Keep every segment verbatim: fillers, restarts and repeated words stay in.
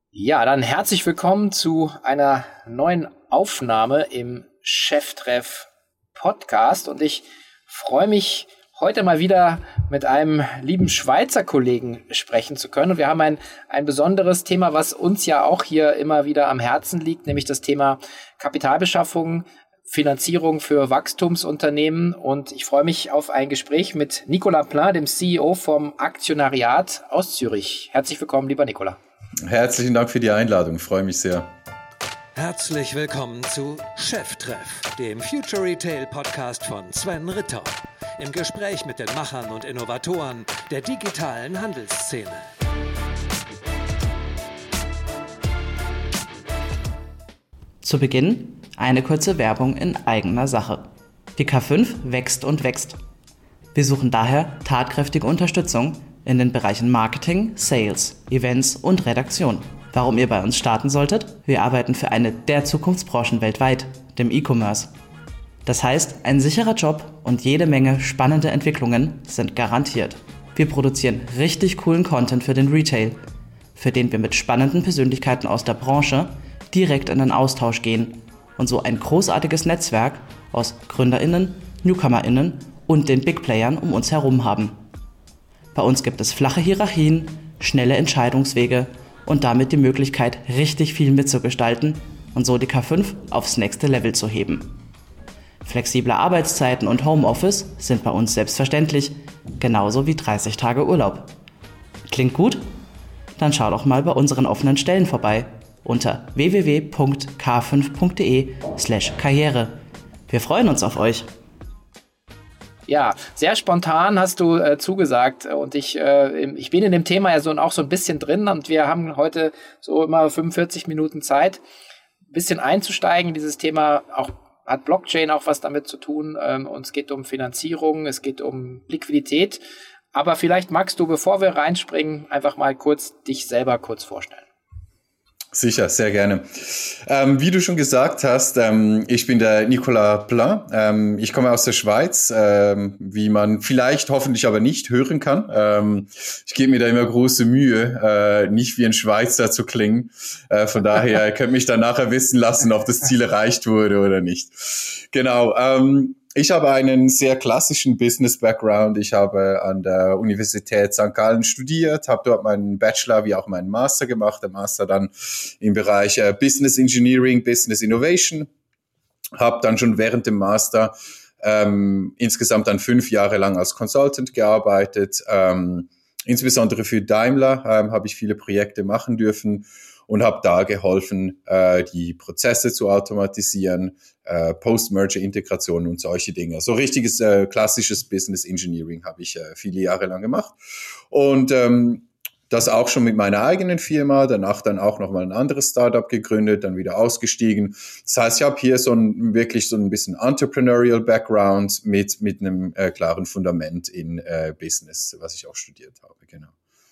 Ja, dann herzlich willkommen zu einer neuen Aufnahme im Cheftreff Podcast und ich freue mich, heute mal wieder mit einem lieben Schweizer Kollegen sprechen zu können. Und wir haben ein, ein besonderes Thema, was uns ja auch hier immer wieder am Herzen liegt, nämlich das Thema Kapitalbeschaffung, Finanzierung für Wachstumsunternehmen. Und ich freue mich auf ein Gespräch mit Nicolas Plain, dem C E O vom Aktionariat aus Zürich. Herzlich willkommen, lieber Nicolas. Herzlichen Dank für die Einladung, ich freue mich sehr. Herzlich willkommen zu Cheftreff, dem Future Retail Podcast von Sven Ritter. Im Gespräch mit den Machern und Innovatoren der digitalen Handelsszene. Zu Beginn eine kurze Werbung in eigener Sache. Die K fünf wächst und wächst. Wir suchen daher tatkräftige Unterstützung in den Bereichen Marketing, Sales, Events und Redaktion. Warum ihr bei uns starten solltet? Wir arbeiten für eine der Zukunftsbranchen weltweit, dem E-Commerce. Das heißt, ein sicherer Job und jede Menge spannende Entwicklungen sind garantiert. Wir produzieren richtig coolen Content für den Retail, für den wir mit spannenden Persönlichkeiten aus der Branche direkt in den Austausch gehen und so ein großartiges Netzwerk aus GründerInnen, NewcomerInnen und den Big Playern um uns herum haben. Bei uns gibt es flache Hierarchien, schnelle Entscheidungswege und damit die Möglichkeit, richtig viel mitzugestalten und so die K fünf aufs nächste Level zu heben. Flexible Arbeitszeiten und Homeoffice sind bei uns selbstverständlich, genauso wie dreißig Tage Urlaub. Klingt gut? Dann schau doch mal bei unseren offenen Stellen vorbei unter w w w punkt k fünf punkt d e slash karriere. Wir freuen uns auf euch! Ja, sehr spontan hast du äh, zugesagt und ich äh, ich bin in dem Thema ja so auch so ein bisschen drin und wir haben heute so immer fünfundvierzig Minuten Zeit, ein bisschen einzusteigen. Dieses Thema auch hat Blockchain auch was damit zu tun. Ähm, und es geht um Finanzierung, es geht um Liquidität. Aber vielleicht magst du, bevor wir reinspringen, einfach mal kurz dich selber kurz vorstellen. Sicher, sehr gerne. Ähm, wie du schon gesagt hast, ähm, ich bin der Nicolas Plain. Ähm, ich komme aus der Schweiz, ähm, wie man vielleicht, hoffentlich aber nicht hören kann. Ähm, ich gebe mir da immer große Mühe, äh, nicht wie ein Schweizer zu klingen. Äh, von daher könnt mich dann nachher wissen lassen, ob das Ziel erreicht wurde oder nicht. Genau. Ähm, Ich habe einen sehr klassischen Business-Background. Ich habe an der Universität Sankt Gallen studiert, habe dort meinen Bachelor wie auch meinen Master gemacht. Der Master dann im Bereich äh, Business Engineering, Business Innovation. Habe dann schon während dem Master ähm, insgesamt dann fünf Jahre lang als Consultant gearbeitet. Ähm, insbesondere für Daimler ähm, habe ich viele Projekte machen dürfen und habe da geholfen, äh, die Prozesse zu automatisieren, äh, Post-Merger-Integration und solche Dinge. So richtiges äh, klassisches Business Engineering habe ich äh, viele Jahre lang gemacht. Und ähm, das auch schon mit meiner eigenen Firma, danach dann auch nochmal ein anderes Startup gegründet, dann wieder ausgestiegen. Das heißt, ich habe hier so ein wirklich so ein bisschen Entrepreneurial Background mit mit einem äh, klaren Fundament in äh, Business, was ich auch studiert habe, genau.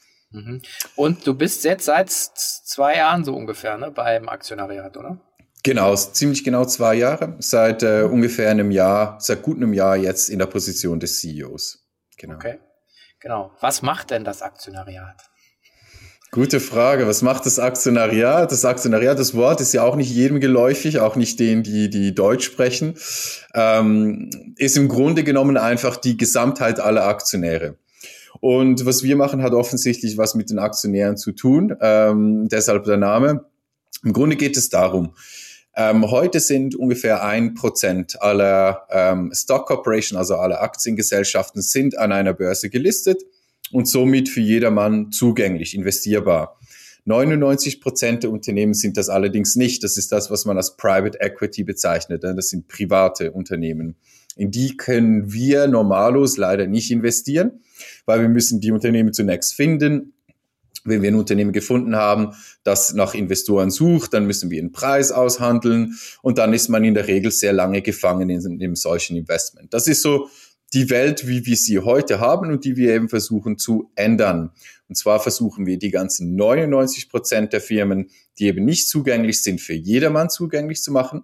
Und du bist jetzt seit zwei Jahren so ungefähr, ne, beim Aktionariat, oder? Genau, ziemlich genau zwei Jahre. Seit äh, ungefähr einem Jahr, seit gut einem Jahr jetzt in der Position des C E Os. Genau. Okay, genau. Was macht denn das Aktionariat? Gute Frage. Was macht das Aktionariat? Das Aktionariat, das Wort ist ja auch nicht jedem geläufig, auch nicht denen, die, die Deutsch sprechen. Ähm, ist im Grunde genommen einfach die Gesamtheit aller Aktionäre. Und was wir machen, hat offensichtlich was mit den Aktionären zu tun, ähm, deshalb der Name. Im Grunde geht es darum, ähm, heute sind ungefähr ein Prozent aller ähm, Stock Corporation, also aller Aktiengesellschaften, sind an einer Börse gelistet und somit für jedermann zugänglich, investierbar. neunundneunzig Prozent der Unternehmen sind das allerdings nicht. Das ist das, was man als Private Equity bezeichnet. Das sind private Unternehmen. In die können wir normalos leider nicht investieren, weil wir müssen die Unternehmen zunächst finden. Wenn wir ein Unternehmen gefunden haben, das nach Investoren sucht, dann müssen wir einen Preis aushandeln und dann ist man in der Regel sehr lange gefangen in einem solchen Investment. Das ist so die Welt, wie wir sie heute haben und die wir eben versuchen zu ändern. Und zwar versuchen wir die ganzen neunundneunzig Prozent der Firmen, die eben nicht zugänglich sind, für jedermann zugänglich zu machen.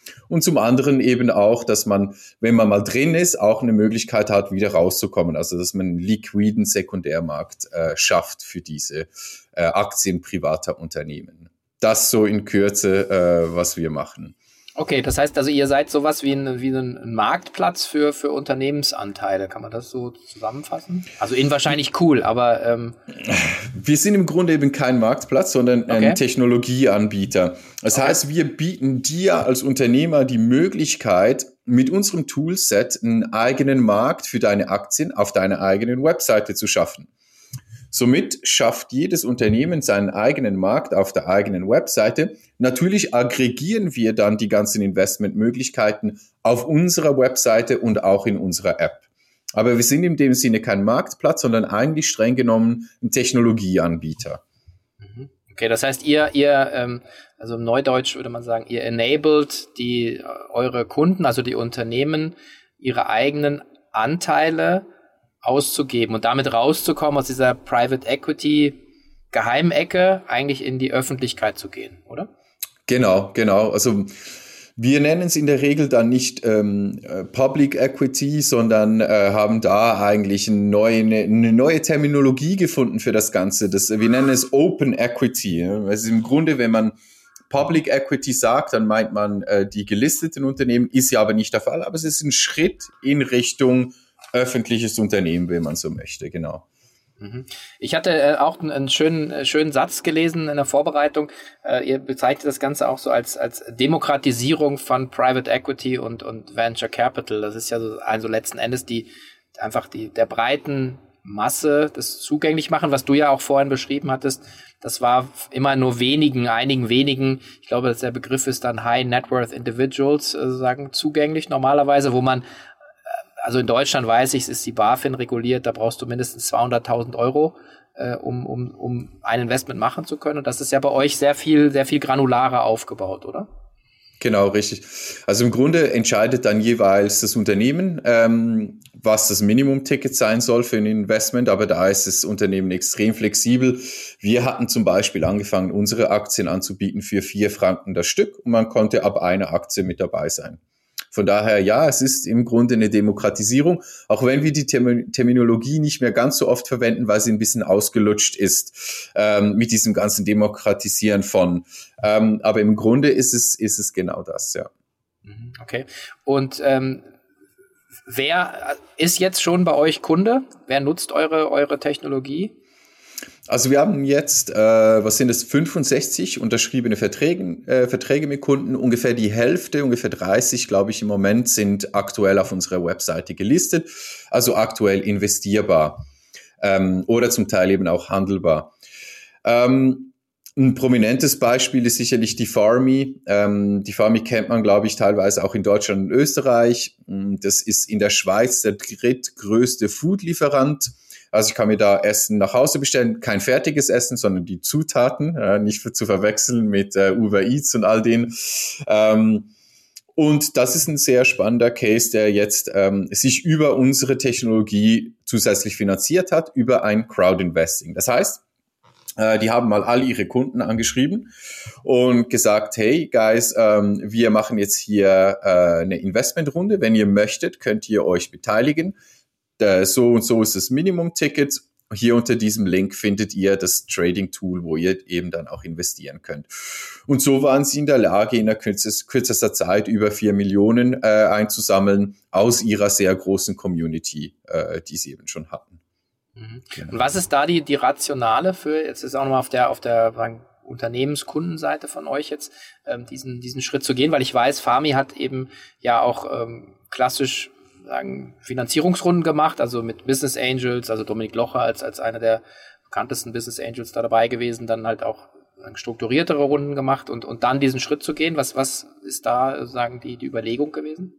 Und zum anderen eben auch, dass man, wenn man mal drin ist, auch eine Möglichkeit hat, wieder rauszukommen. Also dass man einen liquiden Sekundärmarkt äh, schafft für diese äh, Aktien privater Unternehmen. Das so in Kürze, äh, was wir machen. Okay, das heißt also, ihr seid sowas wie ein, wie ein Marktplatz für, für Unternehmensanteile. Kann man das so zusammenfassen? Also in wahrscheinlich cool, aber... Ähm Wir sind im Grunde eben kein Marktplatz, sondern ein okay. Technologieanbieter. Das okay. heißt, wir bieten dir als Unternehmer die Möglichkeit, mit unserem Toolset einen eigenen Markt für deine Aktien auf deiner eigenen Webseite zu schaffen. Somit schafft jedes Unternehmen seinen eigenen Markt auf der eigenen Webseite. Natürlich aggregieren wir dann die ganzen Investmentmöglichkeiten auf unserer Webseite und auch in unserer App. Aber wir sind in dem Sinne kein Marktplatz, sondern eigentlich streng genommen ein Technologieanbieter. Okay, das heißt, ihr, ihr, ähm, also im Neudeutsch würde man sagen, ihr enabled die, eure Kunden, also die Unternehmen, ihre eigenen Anteile auszugeben und damit rauszukommen aus dieser Private Equity Geheimecke, eigentlich in die Öffentlichkeit zu gehen, oder? Genau, genau. Also wir nennen es in der Regel dann nicht ähm, Public Equity, sondern äh, haben da eigentlich eine neue, eine neue Terminologie gefunden für das Ganze. Das, wir nennen es Open Equity. Also im Grunde, wenn man Public Equity sagt, dann meint man äh, die gelisteten Unternehmen, ist ja aber nicht der Fall, aber es ist ein Schritt in Richtung öffentliches Unternehmen, wenn man so möchte, genau. Ich hatte äh, auch einen, einen schönen, äh, schönen Satz gelesen in der Vorbereitung. Äh, ihr bezeichnet das Ganze auch so als, als Demokratisierung von Private Equity und, und Venture Capital. Das ist ja so, also letzten Endes die, einfach die, der breiten Masse das zugänglich machen, was du ja auch vorhin beschrieben hattest. Das war immer nur wenigen, einigen wenigen, ich glaube, dass der Begriff ist dann High Net Worth Individuals, äh, sagen, zugänglich normalerweise, wo man Also in Deutschland weiß ich, es ist die BaFin reguliert, da brauchst du mindestens zweihunderttausend Euro, äh, um, um, um ein Investment machen zu können. Und das ist ja bei euch sehr viel, sehr viel granularer aufgebaut, oder? Genau, richtig. Also im Grunde entscheidet dann jeweils das Unternehmen, ähm, was das Minimum-Ticket sein soll für ein Investment, aber da ist das Unternehmen extrem flexibel. Wir hatten zum Beispiel angefangen, unsere Aktien anzubieten für vier Franken das Stück und man konnte ab einer Aktie mit dabei sein. Von daher, ja, es ist im Grunde eine Demokratisierung, auch wenn wir die Term- Terminologie nicht mehr ganz so oft verwenden, weil sie ein bisschen ausgelutscht ist, ähm, mit diesem ganzen Demokratisieren von. Ähm, aber im Grunde ist es, ist es genau das, ja. Okay. Und ähm, wer ist jetzt schon bei euch Kunde? Wer nutzt eure, eure Technologie? Also wir haben jetzt, äh, was sind das, fünfundsechzig unterschriebene Verträge, äh, Verträge mit Kunden. Ungefähr die Hälfte, ungefähr dreißig, glaube ich, im Moment sind aktuell auf unserer Webseite gelistet, also aktuell investierbar ähm, oder zum Teil eben auch handelbar. Ähm, ein prominentes Beispiel ist sicherlich die Farmy. Ähm, die Farmy kennt man, glaube ich, teilweise auch in Deutschland und Österreich. Das ist in der Schweiz der drittgrößte Foodlieferant. Also ich kann mir da Essen nach Hause bestellen, kein fertiges Essen, sondern die Zutaten, äh, nicht für, zu verwechseln mit äh, Uber Eats und all denen. Ähm, und das ist ein sehr spannender Case, der jetzt ähm, sich über unsere Technologie zusätzlich finanziert hat, über ein Crowdinvesting. Das heißt, äh, die haben mal all ihre Kunden angeschrieben und gesagt, hey guys, ähm, wir machen jetzt hier äh, eine Investmentrunde. Wenn ihr möchtet, könnt ihr euch beteiligen. So und so ist das Minimum-Ticket. Hier unter diesem Link findet ihr das Trading-Tool, wo ihr eben dann auch investieren könnt. Und so waren sie in der Lage, in der kürzester Zeit über vier Millionen äh, einzusammeln aus ihrer sehr großen Community, äh, die sie eben schon hatten. Mhm. Genau. Und was ist da die, die Rationale für, jetzt ist auch nochmal auf der, auf der sagen, Unternehmenskundenseite von euch jetzt, ähm, diesen, diesen Schritt zu gehen, weil ich weiß, Farmy hat eben ja auch ähm, klassisch sagen, Finanzierungsrunden gemacht, also mit Business Angels, also Dominik Locher als, als einer der bekanntesten Business Angels da dabei gewesen, dann halt auch sagen, strukturiertere Runden gemacht und, und dann diesen Schritt zu gehen. Was, was ist da, sagen die, die Überlegung gewesen?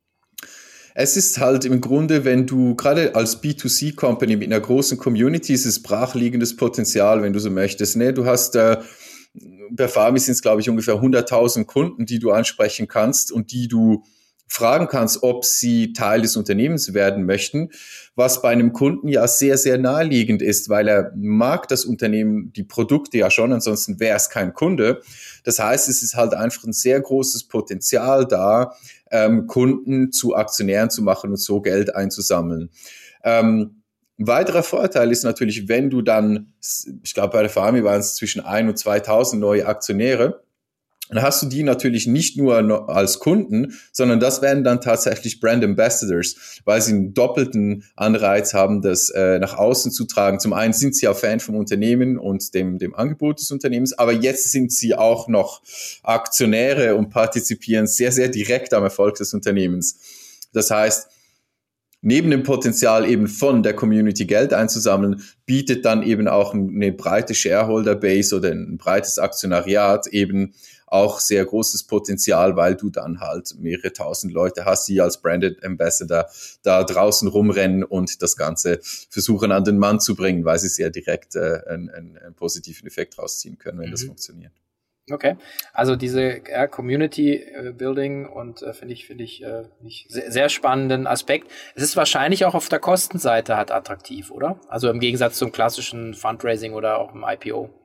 Es ist halt im Grunde, wenn du gerade als B zwei C Company mit einer großen Community, ist es brachliegendes Potenzial, wenn du so möchtest. Ne? Du hast äh, bei Farmy sind es, glaube ich, ungefähr hunderttausend Kunden, die du ansprechen kannst und die du fragen kannst, ob sie Teil des Unternehmens werden möchten, was bei einem Kunden ja sehr, sehr naheliegend ist, weil er mag das Unternehmen, die Produkte ja schon, ansonsten wäre es kein Kunde. Das heißt, es ist halt einfach ein sehr großes Potenzial da, ähm, Kunden zu Aktionären zu machen und so Geld einzusammeln. Ähm, ein weiterer Vorteil ist natürlich, wenn du dann, ich glaube bei der Fahmi waren es zwischen ein und zweitausend neue Aktionäre, dann hast du die natürlich nicht nur als Kunden, sondern das werden dann tatsächlich Brand Ambassadors, weil sie einen doppelten Anreiz haben, das äh, nach außen zu tragen. Zum einen sind sie ja Fan vom Unternehmen und dem, dem Angebot des Unternehmens, aber jetzt sind sie auch noch Aktionäre und partizipieren sehr, sehr direkt am Erfolg des Unternehmens. Das heißt, neben dem Potenzial eben von der Community Geld einzusammeln, bietet dann eben auch eine breite Shareholder-Base oder ein breites Aktionariat eben auch sehr großes Potenzial, weil du dann halt mehrere tausend Leute hast, die als Branded Ambassador da draußen rumrennen und das Ganze versuchen an den Mann zu bringen, weil sie sehr direkt äh, einen, einen, einen positiven Effekt rausziehen können, wenn mhm. das funktioniert. Okay, also diese ja, Community äh, Building und äh, finde ich finde ich, äh, ich sehr, sehr spannenden Aspekt. Es ist wahrscheinlich auch auf der Kostenseite halt attraktiv, oder? Also im Gegensatz zum klassischen Fundraising oder auch im I P O.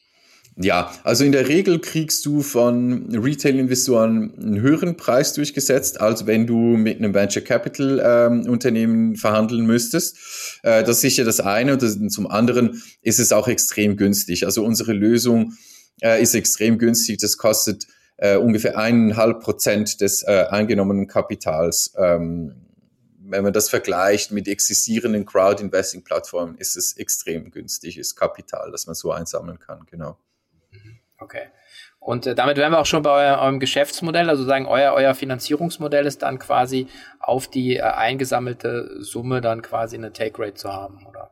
Ja, also in der Regel kriegst du von Retail-Investoren einen höheren Preis durchgesetzt, als wenn du mit einem Venture Capital ähm, Unternehmen verhandeln müsstest. Äh, das ist sicher das eine, und das, zum anderen ist es auch extrem günstig. Also unsere Lösung äh, ist extrem günstig. Das kostet äh, ungefähr eineinhalb Prozent des äh, eingenommenen Kapitals. Ähm, wenn man das vergleicht mit existierenden Crowd-Investing-Plattformen, ist es extrem günstiges Kapital, das man so einsammeln kann, genau. Okay. Und äh, damit wären wir auch schon bei euer, eurem Geschäftsmodell, also sagen, euer, euer Finanzierungsmodell ist dann quasi auf die äh, eingesammelte Summe dann quasi eine Take-Rate zu haben, oder?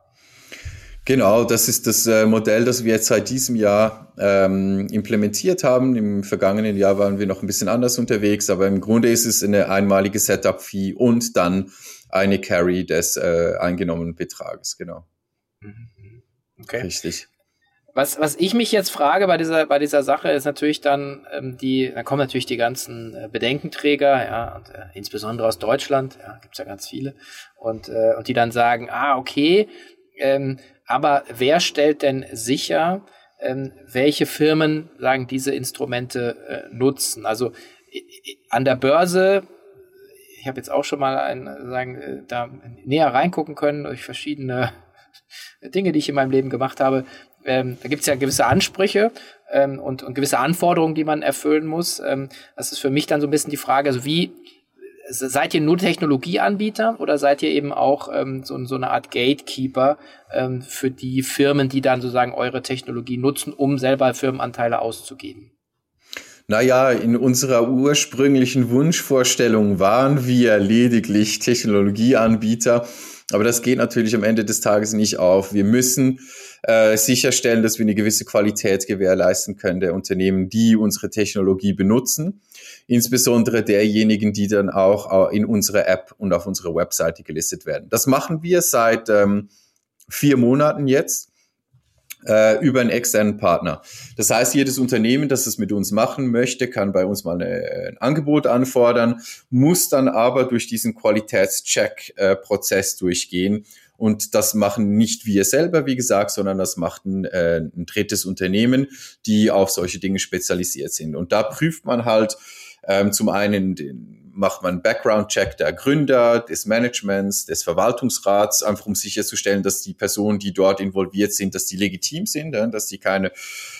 Genau, das ist das äh, Modell, das wir jetzt seit diesem Jahr ähm, implementiert haben. Im vergangenen Jahr waren wir noch ein bisschen anders unterwegs, aber im Grunde ist es eine einmalige Setup-Fee und dann eine Carry des äh, eingenommenen Betrages, genau. Okay. Richtig. Was, was ich mich jetzt frage bei dieser, bei dieser Sache ist natürlich dann, ähm, die, dann kommen natürlich die ganzen äh, Bedenkenträger, ja, und, äh, insbesondere aus Deutschland, ja, gibt's ja ganz viele, und, äh, und die dann sagen, ah, okay, ähm, aber wer stellt denn sicher, ähm, welche Firmen, sagen, diese Instrumente äh, nutzen? Also äh, an der Börse, ich habe jetzt auch schon mal ein, sagen, äh, da näher reingucken können durch verschiedene Dinge, die ich in meinem Leben gemacht habe. Ähm, da gibt es ja gewisse Ansprüche ähm, und, und gewisse Anforderungen, die man erfüllen muss. Ähm, das ist für mich dann so ein bisschen die Frage, also wie, seid ihr nur Technologieanbieter oder seid ihr eben auch ähm, so, so eine Art Gatekeeper ähm, für die Firmen, die dann sozusagen eure Technologie nutzen, um selber Firmenanteile auszugeben? Naja, in unserer ursprünglichen Wunschvorstellung waren wir lediglich Technologieanbieter. Aber das geht natürlich am Ende des Tages nicht auf. Wir müssen äh, sicherstellen, dass wir eine gewisse Qualität gewährleisten können der Unternehmen, die unsere Technologie benutzen. Insbesondere derjenigen, die dann auch in unserer App und auf unserer Webseite gelistet werden. Das machen wir seit ähm, vier Monaten jetzt äh, über einen externen Partner. Das heißt, jedes Unternehmen, das es mit uns machen möchte, kann bei uns mal eine, ein Angebot anfordern, muss dann aber durch diesen Qualitätscheck-Prozess äh, durchgehen. Und das machen nicht wir selber, wie gesagt, sondern das macht ein, äh, ein drittes Unternehmen, die auf solche Dinge spezialisiert sind. Und da prüft man halt ähm, zum einen den macht man einen Background-Check der Gründer, des Managements, des Verwaltungsrats, einfach um sicherzustellen, dass die Personen, die dort involviert sind, dass die legitim sind, dass die keine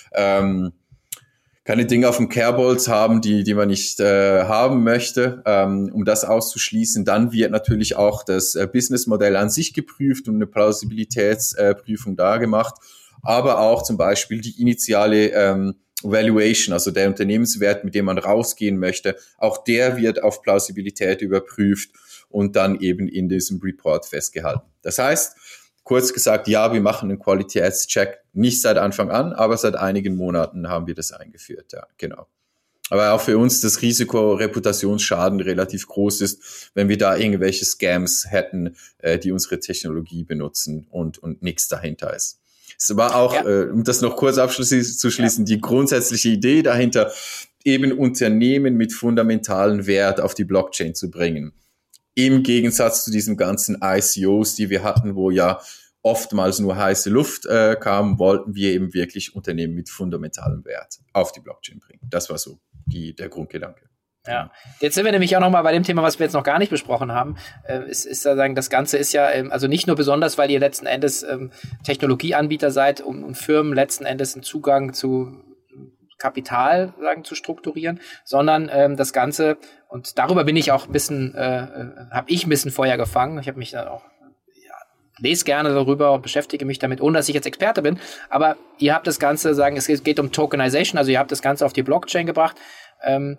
ähm, keine Dinge auf dem Kerbholz haben, die die man nicht äh, haben möchte, ähm, um das auszuschließen. Dann wird natürlich auch das äh, Businessmodell an sich geprüft und eine Plausibilitätsprüfung äh, da gemacht, aber auch zum Beispiel die initiale ähm, Valuation, also der Unternehmenswert, mit dem man rausgehen möchte, auch der wird auf Plausibilität überprüft und dann eben in diesem Report festgehalten. Das heißt, kurz gesagt, ja, wir machen einen Qualitätscheck nicht seit Anfang an, aber seit einigen Monaten haben wir das eingeführt, ja, genau. Aber auch für uns das Risiko Reputationsschaden relativ groß ist, wenn wir da irgendwelche Scams hätten, äh, die unsere Technologie benutzen und und nichts dahinter ist. Es war auch, ja. äh, um das noch kurz abzuschließen, ja. die grundsätzliche Idee dahinter, eben Unternehmen mit fundamentalen Wert auf die Blockchain zu bringen. Im Gegensatz zu diesen ganzen I C Os, die wir hatten, wo ja oftmals nur heiße Luft äh, kam, wollten wir eben wirklich Unternehmen mit fundamentalem Wert auf die Blockchain bringen. Das war so die, der Grundgedanke. Ja, jetzt sind wir nämlich auch nochmal bei dem Thema, was wir jetzt noch gar nicht besprochen haben. Äh, ist, ist da sagen, das Ganze ist ja, ähm, also nicht nur besonders, weil ihr letzten Endes ähm, Technologieanbieter seid, um, um Firmen letzten Endes einen Zugang zu Kapital sagen zu strukturieren, sondern ähm, das Ganze, und darüber bin ich auch ein bisschen, äh, habe ich ein bisschen Feuer gefangen. Ich habe mich dann auch lese gerne darüber und beschäftige mich damit, ohne dass ich jetzt Experte bin. Aber ihr habt das Ganze, sagen, es geht um Tokenization, also ihr habt das Ganze auf die Blockchain gebracht. Ähm,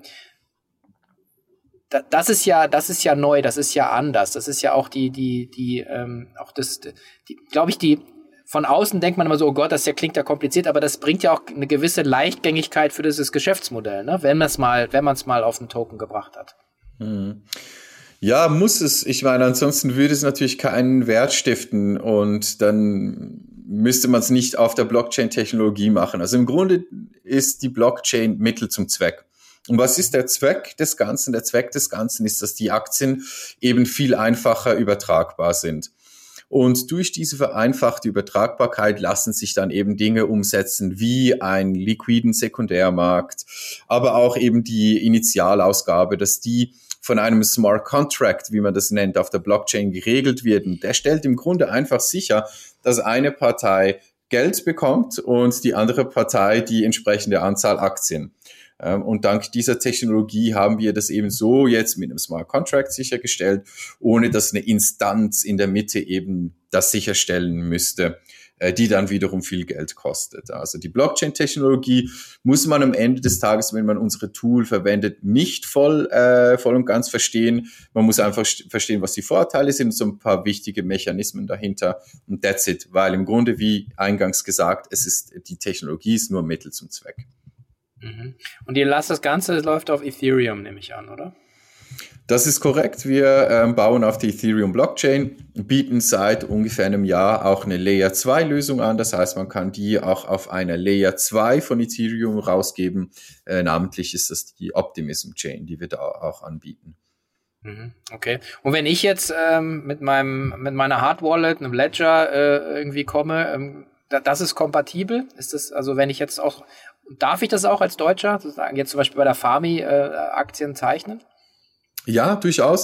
da, das ist ja, das ist ja neu, das ist ja anders. Das ist ja auch die, die, die, ähm, auch das, die, glaube ich, die, von außen denkt man immer so, oh Gott, das ja, klingt ja kompliziert, aber das bringt ja auch eine gewisse Leichtgängigkeit für dieses Geschäftsmodell, ne? Wenn man es mal, wenn man es mal auf einen Token gebracht hat. Hm. Ja, muss es. Ich meine, ansonsten würde es natürlich keinen Wert stiften und dann müsste man es nicht auf der Blockchain-Technologie machen. Also im Grunde ist die Blockchain Mittel zum Zweck. Und was ist der Zweck des Ganzen? Der Zweck des Ganzen ist, dass die Aktien eben viel einfacher übertragbar sind. Und durch diese vereinfachte Übertragbarkeit lassen sich dann eben Dinge umsetzen wie einen liquiden Sekundärmarkt, aber auch eben die Initialausgabe, dass die von einem Smart Contract, wie man das nennt, auf der Blockchain geregelt wird. Und der stellt im Grunde einfach sicher, dass eine Partei Geld bekommt und die andere Partei die entsprechende Anzahl Aktien. Und dank dieser Technologie haben wir das eben so jetzt mit einem Smart Contract sichergestellt, ohne dass eine Instanz in der Mitte eben das sicherstellen müsste, die dann wiederum viel Geld kostet. Also die Blockchain-Technologie muss man am Ende des Tages, wenn man unsere Tool verwendet, nicht voll, äh, voll und ganz verstehen. Man muss einfach verstehen, was die Vorteile sind, so ein paar wichtige Mechanismen dahinter und that's it. Weil im Grunde, wie eingangs gesagt, es ist, die Technologie ist nur Mittel zum Zweck. Mhm. Und ihr lasst das Ganze, das läuft auf Ethereum, nehme ich an, oder? Das ist korrekt. Wir ähm, bauen auf die Ethereum-Blockchain, bieten seit ungefähr einem Jahr auch eine Layer zwei Lösung an. Das heißt, man kann die auch auf einer Layer zwei von Ethereum rausgeben. Äh, namentlich ist das die Optimism Chain, die wir da auch anbieten. Okay. Und wenn ich jetzt ähm, mit meinem mit meiner Hard Wallet, einem Ledger äh, irgendwie komme, ähm, da, das ist kompatibel? Ist das, also wenn ich jetzt auch, darf ich das auch als Deutscher, sozusagen jetzt zum Beispiel bei der Fami äh, Aktien zeichnen? Ja, durchaus.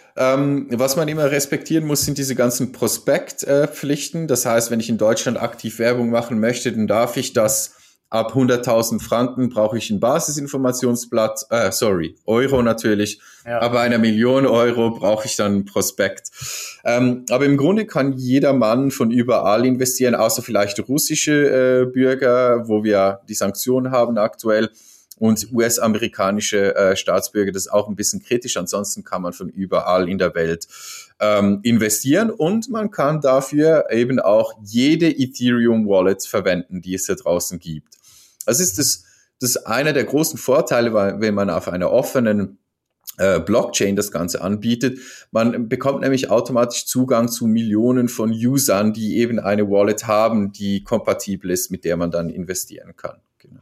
Ähm, was man immer respektieren muss, sind diese ganzen Prospektpflichten. Äh, das heißt, wenn ich in Deutschland aktiv Werbung machen möchte, dann darf ich das ab hunderttausend Franken brauche ich ein Basisinformationsblatt, äh, sorry, Euro natürlich, ja. Aber einer Million Euro brauche ich dann ein Prospekt. Ähm, aber im Grunde kann jeder Mann von überall investieren, außer vielleicht russische äh, Bürger, wo wir die Sanktionen haben aktuell. Und U S-amerikanische äh, Staatsbürger, das ist auch ein bisschen kritisch. Ansonsten kann man von überall in der Welt ähm, investieren und man kann dafür eben auch jede Ethereum-Wallet verwenden, die es da draußen gibt. Das ist das, das ist einer der großen Vorteile, weil wenn man auf einer offenen äh, Blockchain das Ganze anbietet. Man bekommt nämlich automatisch Zugang zu Millionen von Usern, die eben eine Wallet haben, die kompatibel ist, mit der man dann investieren kann. Genau.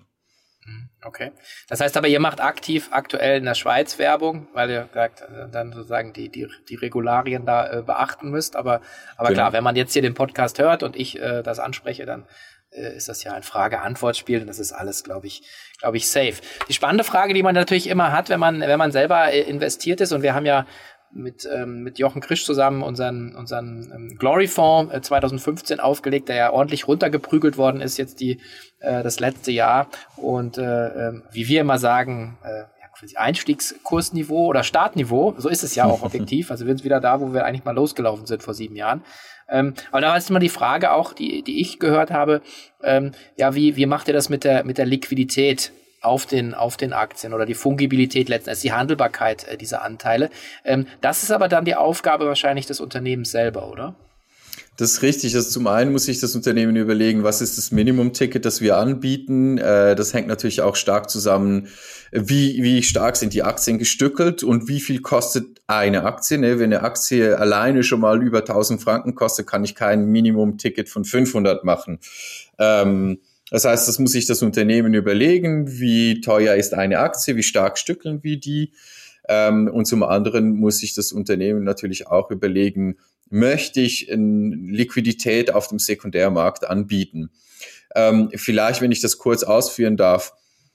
Okay. Das heißt aber, ihr macht aktiv aktuell in der Schweiz Werbung, weil ihr gesagt, dann sozusagen die, die, die Regularien da äh, beachten müsst. Aber, aber genau. Klar, wenn man jetzt hier den Podcast hört und ich äh, das anspreche, dann äh, ist das ja ein Frage-Antwort-Spiel und das ist alles, glaube ich, glaube ich, safe. Die spannende Frage, die man natürlich immer hat, wenn man, wenn man selber äh, investiert ist, und wir haben ja mit ähm, mit Jochen Krisch zusammen unseren unseren ähm, Glory-Fonds äh, zwanzig fünfzehn aufgelegt, der ja ordentlich runtergeprügelt worden ist jetzt die äh, das letzte Jahr und äh, äh, wie wir immer sagen, äh, ja, Einstiegskursniveau oder Startniveau, so ist es ja auch objektiv, also wir sind wieder da, wo wir eigentlich mal losgelaufen sind vor sieben Jahren. Ähm, aber da ist immer die Frage auch, die die ich gehört habe, ähm, ja, wie wie macht ihr das mit der mit der Liquidität auf den, auf den Aktien oder die Fungibilität letztendlich, die Handelbarkeit äh, dieser Anteile. Ähm, das ist aber dann die Aufgabe wahrscheinlich des Unternehmens selber, oder? Das ist richtig. Also zum einen muss sich das Unternehmen überlegen, was ist das Minimum-Ticket, das wir anbieten. Äh, das hängt natürlich auch stark zusammen, wie, wie stark sind die Aktien gestückelt und wie viel kostet eine Aktie. Ne? Wenn eine Aktie alleine schon mal über tausend Franken kostet, kann ich kein Minimum-Ticket von fünfhundert machen. Ähm, Das heißt, das muss sich das Unternehmen überlegen, wie teuer ist eine Aktie, wie stark stückeln wir die. Ähm, und zum anderen muss sich das Unternehmen natürlich auch überlegen, möchte ich ähm, Liquidität auf dem Sekundärmarkt anbieten? Ähm, vielleicht, wenn ich das kurz ausführen darf,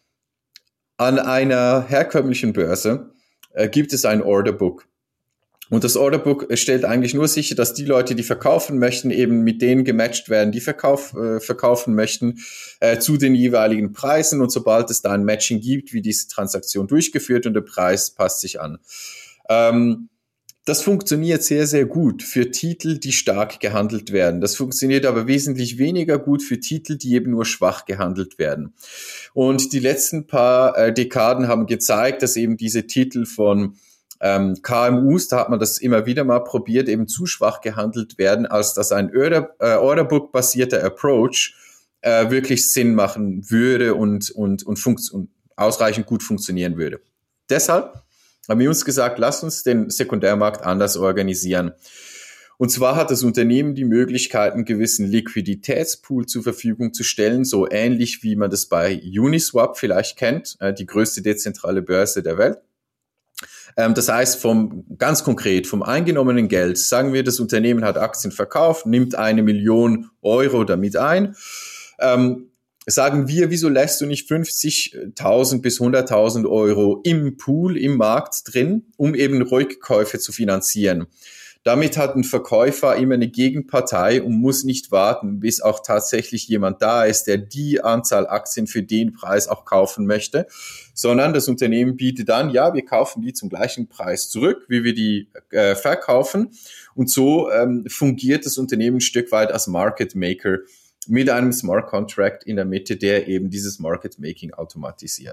an einer herkömmlichen Börse äh, gibt es ein Orderbook. Und das Orderbook stellt eigentlich nur sicher, dass die Leute, die verkaufen möchten, eben mit denen gematcht werden, die verkauf, äh, verkaufen möchten, äh, zu den jeweiligen Preisen. Und sobald es da ein Matching gibt, wie diese Transaktion durchgeführt und der Preis passt sich an. Ähm, das funktioniert sehr, sehr gut für Titel, die stark gehandelt werden. Das funktioniert aber wesentlich weniger gut für Titel, die eben nur schwach gehandelt werden. Und die letzten paar äh, Dekaden haben gezeigt, dass eben diese Titel von Ähm, K M Us, da hat man das immer wieder mal probiert, eben zu schwach gehandelt werden, als dass ein Order, äh, Orderbook-basierter Approach äh, wirklich Sinn machen würde und, und, und, funkt- und ausreichend gut funktionieren würde. Deshalb haben wir uns gesagt, lasst uns den Sekundärmarkt anders organisieren. Und zwar hat das Unternehmen die Möglichkeit, einen gewissen Liquiditätspool zur Verfügung zu stellen, so ähnlich wie man das bei Uniswap vielleicht kennt, äh, die größte dezentrale Börse der Welt. Das heißt, vom ganz konkret, vom eingenommenen Geld, sagen wir, das Unternehmen hat Aktien verkauft, nimmt eine Million Euro damit ein, ähm, sagen wir, wieso lässt du nicht fünfzigtausend bis hunderttausend Euro im Pool, im Markt drin, um eben Rückkäufe zu finanzieren. Damit hat ein Verkäufer immer eine Gegenpartei und muss nicht warten, bis auch tatsächlich jemand da ist, der die Anzahl Aktien für den Preis auch kaufen möchte, sondern das Unternehmen bietet an, ja, wir kaufen die zum gleichen Preis zurück, wie wir die äh, verkaufen. Und so ähm, fungiert das Unternehmen ein Stück weit als Market Maker mit einem Smart Contract in der Mitte, der eben dieses Market Making automatisiert.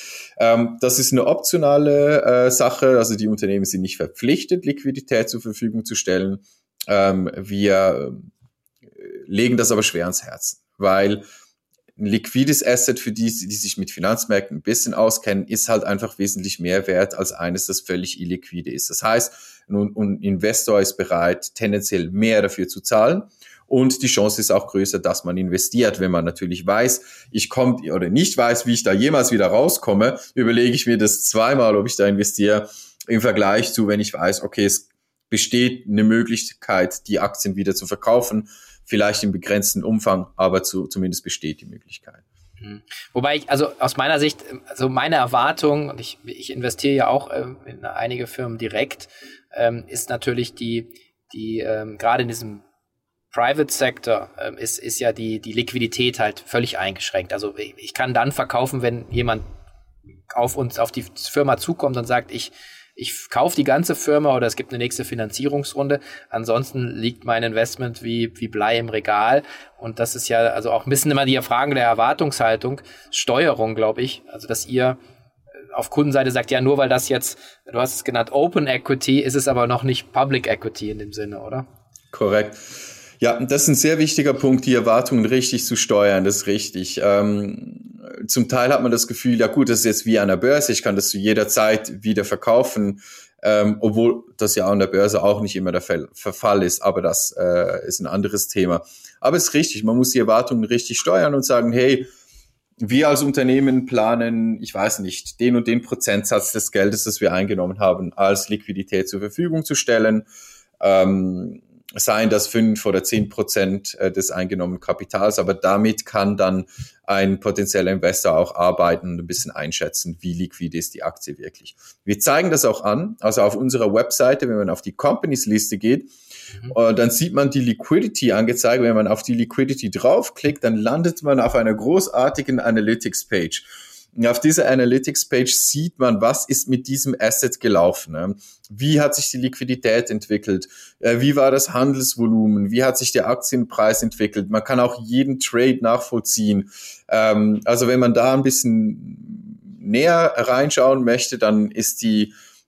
Ähm, das ist eine optionale äh, Sache, also die Unternehmen sind nicht verpflichtet, Liquidität zur Verfügung zu stellen. Ähm, wir äh, legen das aber schwer ans Herzen, weil ein liquides Asset für die, die sich mit Finanzmärkten ein bisschen auskennen, ist halt einfach wesentlich mehr wert als eines, das völlig illiquide ist. Das heißt, ein, ein Investor ist bereit, tendenziell mehr dafür zu zahlen. Und die Chance ist auch größer, dass man investiert. Wenn man natürlich weiß, ich komme oder nicht weiß, wie ich da jemals wieder rauskomme, überlege ich mir das zweimal, ob ich da investiere, im Vergleich zu, wenn ich weiß, okay, es besteht eine Möglichkeit, die Aktien wieder zu verkaufen, vielleicht im begrenzten Umfang, aber zu, zumindest besteht die Möglichkeit. Wobei ich, also aus meiner Sicht, also meine Erwartung, und ich, ich investiere ja auch ähm, in einige Firmen direkt, ähm, ist natürlich die, die ähm, gerade in diesem Private Sector ähm, ist, ist ja die, die Liquidität halt völlig eingeschränkt. Also ich, ich kann dann verkaufen, wenn jemand auf uns, auf die Firma zukommt und sagt, ich, ich kaufe die ganze Firma oder es gibt eine nächste Finanzierungsrunde. Ansonsten liegt mein Investment wie, wie Blei im Regal. Und das ist ja also auch ein bisschen immer die Frage der Erwartungshaltung, Steuerung, glaube ich. Also dass ihr auf Kundenseite sagt, ja, nur weil das jetzt, du hast es genannt, Open Equity, ist es aber noch nicht Public Equity in dem Sinne, oder? Korrekt. Ja, das ist ein sehr wichtiger Punkt, die Erwartungen richtig zu steuern, das ist richtig. Ähm, zum Teil hat man das Gefühl, ja gut, das ist jetzt wie an der Börse, ich kann das zu jeder Zeit wieder verkaufen, ähm, obwohl das ja an der Börse auch nicht immer der Fall, Fall ist, aber das äh, ist ein anderes Thema. Aber es ist richtig, man muss die Erwartungen richtig steuern und sagen, hey, wir als Unternehmen planen, ich weiß nicht, den und den Prozentsatz des Geldes, das wir eingenommen haben, als Liquidität zur Verfügung zu stellen, ähm, seien das fünf oder zehn Prozent des eingenommenen Kapitals, aber damit kann dann ein potenzieller Investor auch arbeiten und ein bisschen einschätzen, wie liquide ist die Aktie wirklich. Wir zeigen das auch an, also auf unserer Webseite, wenn man auf die Companies-Liste geht, mhm. dann sieht man die Liquidity angezeigt. Wenn man auf die Liquidity draufklickt, dann landet man auf einer großartigen Analytics-Page. Auf dieser Analytics-Page sieht man, was ist mit diesem Asset gelaufen. Wie hat sich die Liquidität entwickelt? Wie war das Handelsvolumen? Wie hat sich der Aktienpreis entwickelt? Man kann auch jeden Trade nachvollziehen. Also wenn man da ein bisschen näher reinschauen möchte, dann ist die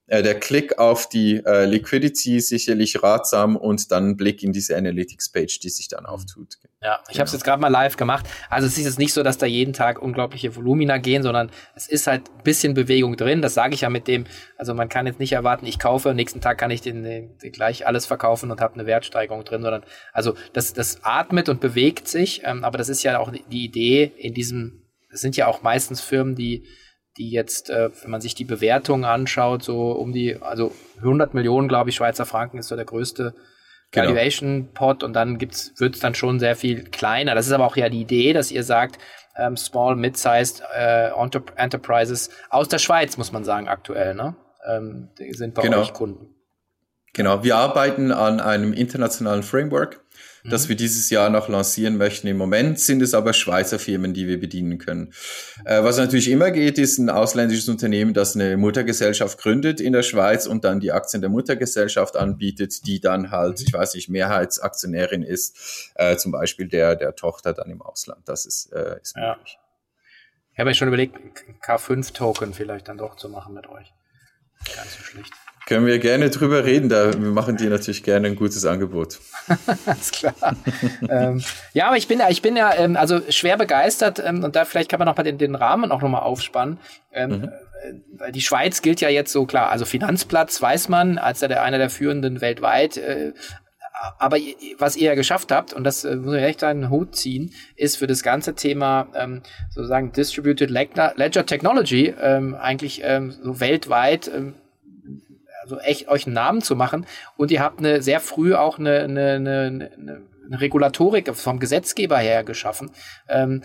äh, der Klick auf die äh, Liquidity sicherlich ratsam und dann ein Blick in diese Analytics-Page, die sich dann auftut. Ja, ich genau. habe es jetzt gerade mal live gemacht. Also es ist jetzt nicht so, dass da jeden Tag unglaubliche Volumina gehen, sondern es ist halt ein bisschen Bewegung drin. Das sage ich ja mit dem, also man kann jetzt nicht erwarten, ich kaufe, nächsten Tag kann ich den, den, den gleich alles verkaufen und habe eine Wertsteigerung drin, sondern also das, das atmet und bewegt sich, ähm, aber das ist ja auch die Idee in diesem, das sind ja auch meistens Firmen, die die jetzt, äh, wenn man sich die Bewertungen anschaut, so um die, also hundert Millionen, glaube ich, Schweizer Franken ist so der größte genau. Valuation-Pot und dann gibt's, wird's dann schon sehr viel kleiner. Das ist aber auch ja die Idee, dass ihr sagt, ähm, Small, Mid-Sized äh, Enterprises aus der Schweiz, muss man sagen, aktuell, ne? Ähm, die sind bei genau. euch Kunden. Genau, wir arbeiten an einem internationalen Framework, das wir dieses Jahr noch lancieren möchten. Im Moment sind es aber Schweizer Firmen, die wir bedienen können. Äh, was natürlich immer geht, ist ein ausländisches Unternehmen, das eine Muttergesellschaft gründet in der Schweiz und dann die Aktien der Muttergesellschaft anbietet, die dann halt, ich weiß nicht, Mehrheitsaktionärin ist, äh, zum Beispiel der der Tochter dann im Ausland. Das ist, äh, ist ja. möglich. Ich habe ja schon überlegt, K fünf Token vielleicht dann doch zu machen mit euch. Gar nicht so schlecht. Können wir gerne drüber reden, da wir machen dir natürlich gerne ein gutes Angebot. Alles klar. ähm, ja, aber ich bin ja, ich bin ja ähm, also schwer begeistert ähm, und da vielleicht kann man noch mal den, den Rahmen auch nochmal aufspannen. Ähm, mhm. äh, die Schweiz gilt ja jetzt so klar, also Finanzplatz weiß man, als der einer der führenden weltweit. Äh, aber was ihr ja geschafft habt, und das äh, muss ich echt einen Hut ziehen, ist für das ganze Thema ähm, sozusagen Distributed Ledger Technology ähm, eigentlich ähm, so weltweit ähm, also echt euch einen Namen zu machen. Und ihr habt eine sehr früh auch eine, eine, eine, eine Regulatorik vom Gesetzgeber her geschaffen. Ähm,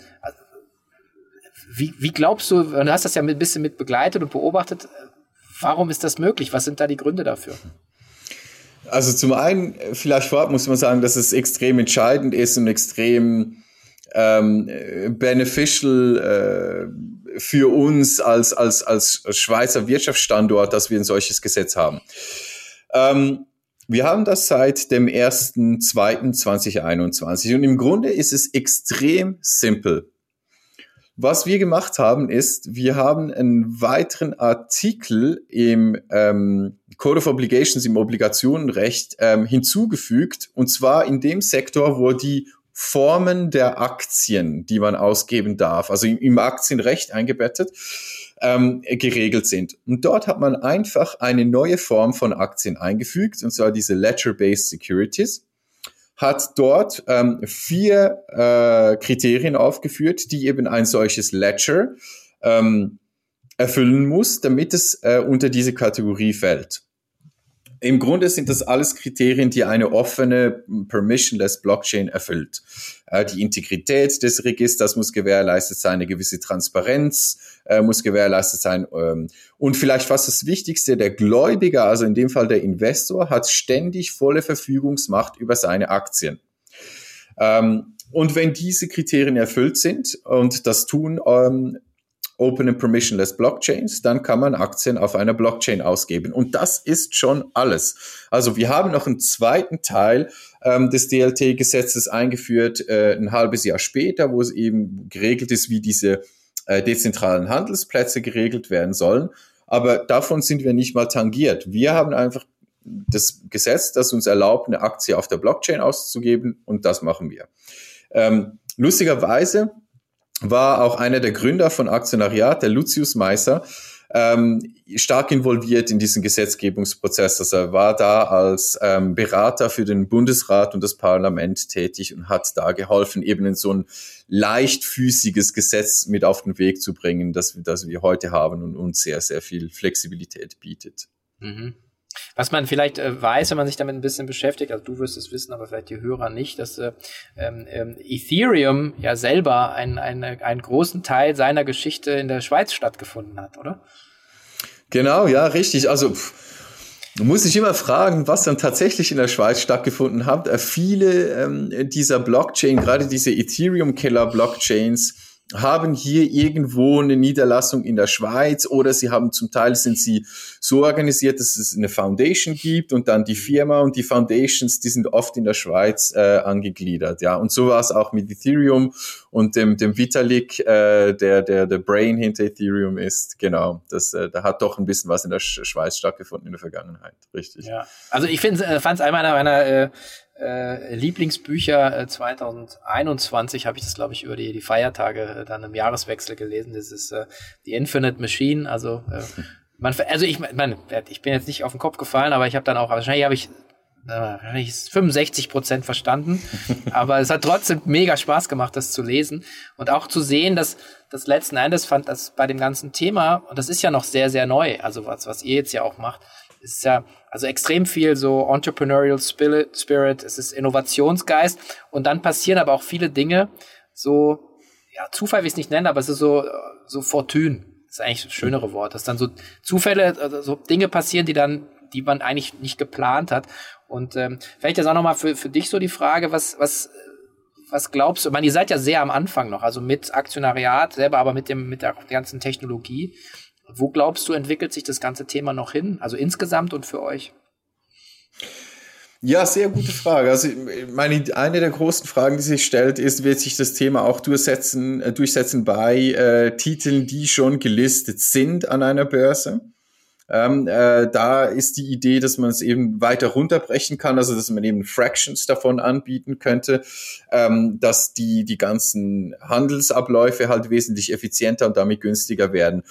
wie, wie glaubst du, du hast das ja ein bisschen mit begleitet und beobachtet, warum ist das möglich? Was sind da die Gründe dafür? Also zum einen, vielleicht vorab muss man sagen, dass es extrem entscheidend ist und extrem ähm, beneficial äh, für uns als, als, als Schweizer Wirtschaftsstandort, dass wir ein solches Gesetz haben. Ähm, wir haben das seit dem ersten zweiten zweitausendeinundzwanzig und im Grunde ist es extrem simpel. Was wir gemacht haben ist, wir haben einen weiteren Artikel im ähm, Code of Obligations, im Obligationenrecht ähm, hinzugefügt, und zwar in dem Sektor, wo die Formen der Aktien, die man ausgeben darf, also im, im Aktienrecht eingebettet, ähm, geregelt sind. Und dort hat man einfach eine neue Form von Aktien eingefügt, und zwar diese Ledger-Based Securities, hat dort ähm, vier äh, Kriterien aufgeführt, die eben ein solches Ledger ähm, erfüllen muss, damit es äh, unter diese Kategorie fällt. Im Grunde sind das alles Kriterien, die eine offene, permissionless Blockchain erfüllt. Äh, die Integrität des Registers muss gewährleistet sein, eine gewisse Transparenz äh, muss gewährleistet sein. Ähm, und vielleicht fast das Wichtigste, der Gläubiger, also in dem Fall der Investor, hat ständig volle Verfügungsmacht über seine Aktien. Ähm, und wenn diese Kriterien erfüllt sind, und das tun ähm, Open and Permissionless Blockchains, dann kann man Aktien auf einer Blockchain ausgeben. Und das ist schon alles. Also wir haben noch einen zweiten Teil ähm, des D L T-Gesetzes eingeführt, äh, ein halbes Jahr später, wo es eben geregelt ist, wie diese äh, dezentralen Handelsplätze geregelt werden sollen. Aber davon sind wir nicht mal tangiert. Wir haben einfach das Gesetz, das uns erlaubt, eine Aktie auf der Blockchain auszugeben, und das machen wir. Ähm, lustigerweise war auch einer der Gründer von Aktionariat, der Lucius Meiser, ähm, stark involviert in diesen Gesetzgebungsprozess. Also er war da als ähm, Berater für den Bundesrat und das Parlament tätig und hat da geholfen, eben in so ein leichtfüßiges Gesetz mit auf den Weg zu bringen, das, das wir heute haben und uns sehr, sehr viel Flexibilität bietet. Mhm. Was man vielleicht äh, weiß, wenn man sich damit ein bisschen beschäftigt, also du wirst es wissen, aber vielleicht die Hörer nicht, dass äh, ähm, Ethereum ja selber einen, einen, einen großen Teil seiner Geschichte in der Schweiz stattgefunden hat, oder? Genau, ja, richtig. Also pff, du musst dich immer fragen, was dann tatsächlich in der Schweiz stattgefunden hat. Äh, viele ähm, dieser Blockchain, gerade diese Ethereum-Killer-Blockchains, haben hier irgendwo eine Niederlassung in der Schweiz oder sie haben zum Teil sind sie so organisiert, dass es eine Foundation gibt und dann die Firma und die Foundations, die sind oft in der Schweiz äh, angegliedert, ja. Und so war es auch mit Ethereum und dem dem Vitalik, äh, der der der Brain hinter Ethereum ist, genau. Das äh, da hat doch ein bisschen was in der Sch- Schweiz stattgefunden in der Vergangenheit, richtig. Ja. Also ich finde, äh, fand es einmal einer meiner äh, äh, Lieblingsbücher äh, zwanzig einundzwanzig habe ich das, glaube ich, über die, die Feiertage äh, dann im Jahreswechsel gelesen. Das ist äh, The Infinite Machine. Also äh, man, also ich meine, ich bin jetzt nicht auf den Kopf gefallen, aber ich habe dann auch, wahrscheinlich habe ich äh, wahrscheinlich fünfundsechzig Prozent verstanden. Aber es hat trotzdem mega Spaß gemacht, das zu lesen und auch zu sehen, dass das letzten Endes fand, dass bei dem ganzen Thema, und das ist ja noch sehr, sehr neu, also was, was ihr jetzt ja auch macht, ist ja also extrem viel so Entrepreneurial Spirit, Spirit, es ist Innovationsgeist und dann passieren aber auch viele Dinge, so, ja, Zufall will ich es nicht nennen, aber es ist so, so Fortune, das ist eigentlich das schönere Wort, dass dann so Zufälle, also so Dinge passieren, die dann, die man eigentlich nicht geplant hat und ähm, vielleicht jetzt auch nochmal für, für dich so die Frage, was, was, was glaubst du, ich meine, ihr seid ja sehr am Anfang noch, also mit Aktionariat selber, aber mit dem, mit der ganzen Technologie. Wo glaubst du, entwickelt sich das ganze Thema noch hin? Also insgesamt und für euch? Ja, sehr gute Frage. Also meine, eine der großen Fragen, die sich stellt, ist, wird sich das Thema auch durchsetzen, äh, durchsetzen bei äh, Titeln, die schon gelistet sind an einer Börse? Ähm, äh, da ist die Idee, dass man es eben weiter runterbrechen kann, also dass man eben Fractions davon anbieten könnte, ähm, dass die, die ganzen Handelsabläufe halt wesentlich effizienter und damit günstiger werden.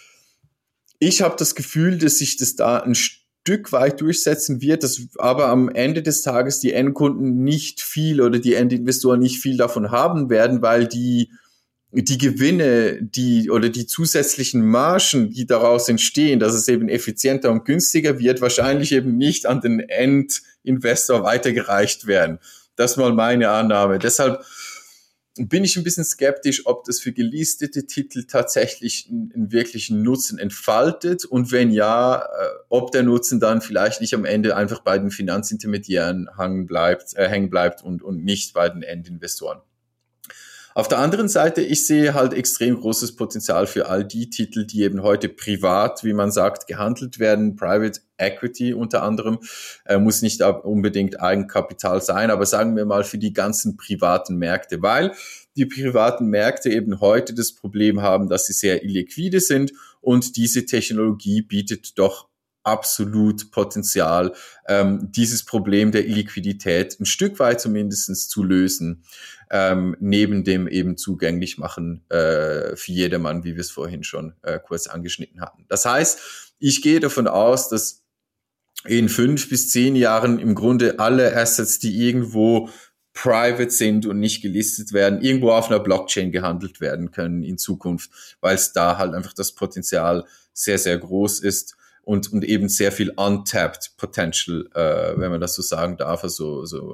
Ich habe das Gefühl, dass sich das da ein Stück weit durchsetzen wird, dass aber am Ende des Tages die Endkunden nicht viel oder die Endinvestoren nicht viel davon haben werden, weil die die Gewinne, die oder die zusätzlichen Margen, die daraus entstehen, dass es eben effizienter und günstiger wird, wahrscheinlich eben nicht an den Endinvestor weitergereicht werden. Das ist mal meine Annahme. Deshalb bin ich ein bisschen skeptisch, ob das für gelistete Titel tatsächlich einen, einen wirklichen Nutzen entfaltet und wenn ja, äh, ob der Nutzen dann vielleicht nicht am Ende einfach bei den Finanzintermediären hängen bleibt, äh, hängen bleibt und, und nicht bei den Endinvestoren. Auf der anderen Seite, ich sehe halt extrem großes Potenzial für all die Titel, die eben heute privat, wie man sagt, gehandelt werden. Private Equity unter anderem, äh, muss nicht unbedingt Eigenkapital sein, aber sagen wir mal für die ganzen privaten Märkte, weil die privaten Märkte eben heute das Problem haben, dass sie sehr illiquide sind und diese Technologie bietet doch absolut Potenzial, ähm, dieses Problem der Illiquidität ein Stück weit zumindest zu lösen, ähm, neben dem eben zugänglich machen äh, für jedermann, wie wir es vorhin schon äh, kurz angeschnitten hatten. Das heißt, ich gehe davon aus, dass in fünf bis zehn Jahren im Grunde alle Assets, die irgendwo private sind und nicht gelistet werden, irgendwo auf einer Blockchain gehandelt werden können in Zukunft, weil es da halt einfach das Potenzial sehr, sehr groß ist. Und, und eben sehr viel untapped Potential, äh, wenn man das so sagen darf, also so